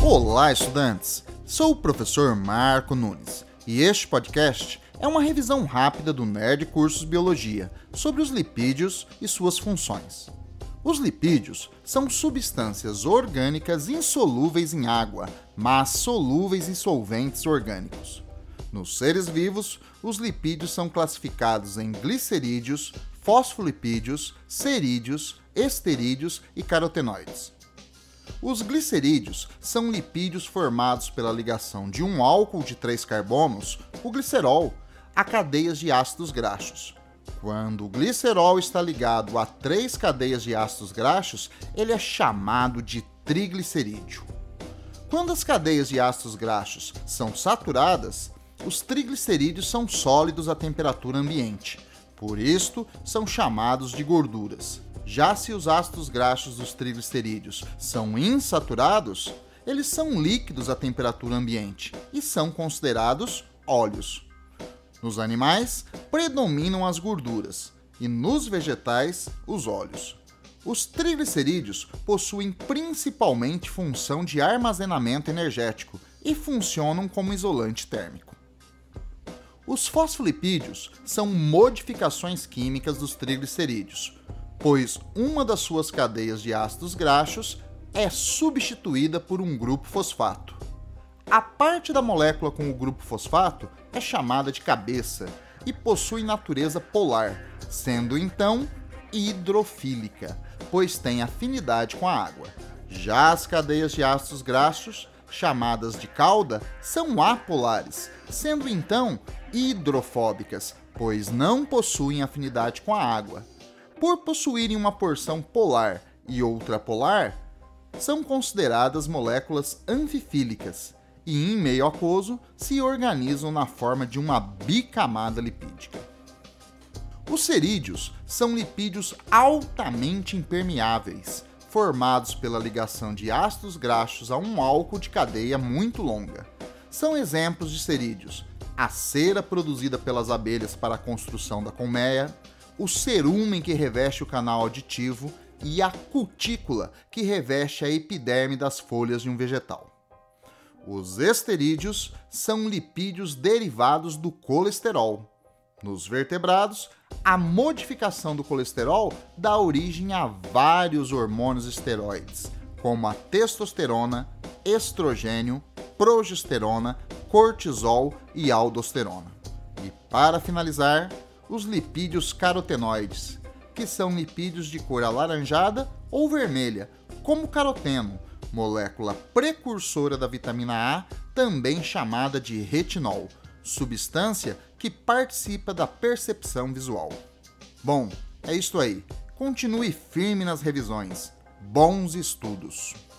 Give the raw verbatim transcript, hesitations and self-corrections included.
Olá, estudantes! Sou o professor Marco Nunes e este podcast é uma revisão rápida do Nerd Cursos Biologia sobre os lipídios e suas funções. Os lipídios são substâncias orgânicas insolúveis em água, mas solúveis em solventes orgânicos. Nos seres vivos, os lipídios são classificados em glicerídeos, fosfolipídios, cerídeos, esterídeos e carotenoides. Os glicerídeos são lipídios formados pela ligação de um álcool de três carbonos, o glicerol, a cadeias de ácidos graxos. Quando o glicerol está ligado a três cadeias de ácidos graxos, ele é chamado de triglicerídeo. Quando as cadeias de ácidos graxos são saturadas, os triglicerídeos são sólidos à temperatura ambiente, por isto são chamados de gorduras. Já se os ácidos graxos dos triglicerídeos são insaturados, eles são líquidos à temperatura ambiente e são considerados óleos. Nos animais, predominam as gorduras e nos vegetais, os óleos. Os triglicerídeos possuem principalmente função de armazenamento energético e funcionam como isolante térmico. Os fosfolipídios são modificações químicas dos triglicerídeos, pois uma das suas cadeias de ácidos graxos é substituída por um grupo fosfato. A parte da molécula com o grupo fosfato é chamada de cabeça e possui natureza polar, sendo então hidrofílica, pois tem afinidade com a água. Já as cadeias de ácidos graxos, chamadas de cauda, são apolares, sendo então hidrofóbicas, pois não possuem afinidade com a água. Por possuírem uma porção polar e outra polar, são consideradas moléculas anfifílicas e, em meio aquoso, se organizam na forma de uma bicamada lipídica. Os cerídeos são lipídios altamente impermeáveis, formados pela ligação de ácidos graxos a um álcool de cadeia muito longa. São exemplos de cerídeos: a cera produzida pelas abelhas para a construção da colmeia, o cerúmen que reveste o canal auditivo e a cutícula que reveste a epiderme das folhas de um vegetal. Os esterídeos são lipídios derivados do colesterol. Nos vertebrados, a modificação do colesterol dá origem a vários hormônios esteroides, como a testosterona, estrogênio, progesterona, cortisol e aldosterona. E para finalizar, os lipídios carotenoides, que são lipídios de cor alaranjada ou vermelha, como caroteno, molécula precursora da vitamina A, também chamada de retinol, substância que participa da percepção visual. Bom, é isso aí. Continue firme nas revisões. Bons estudos!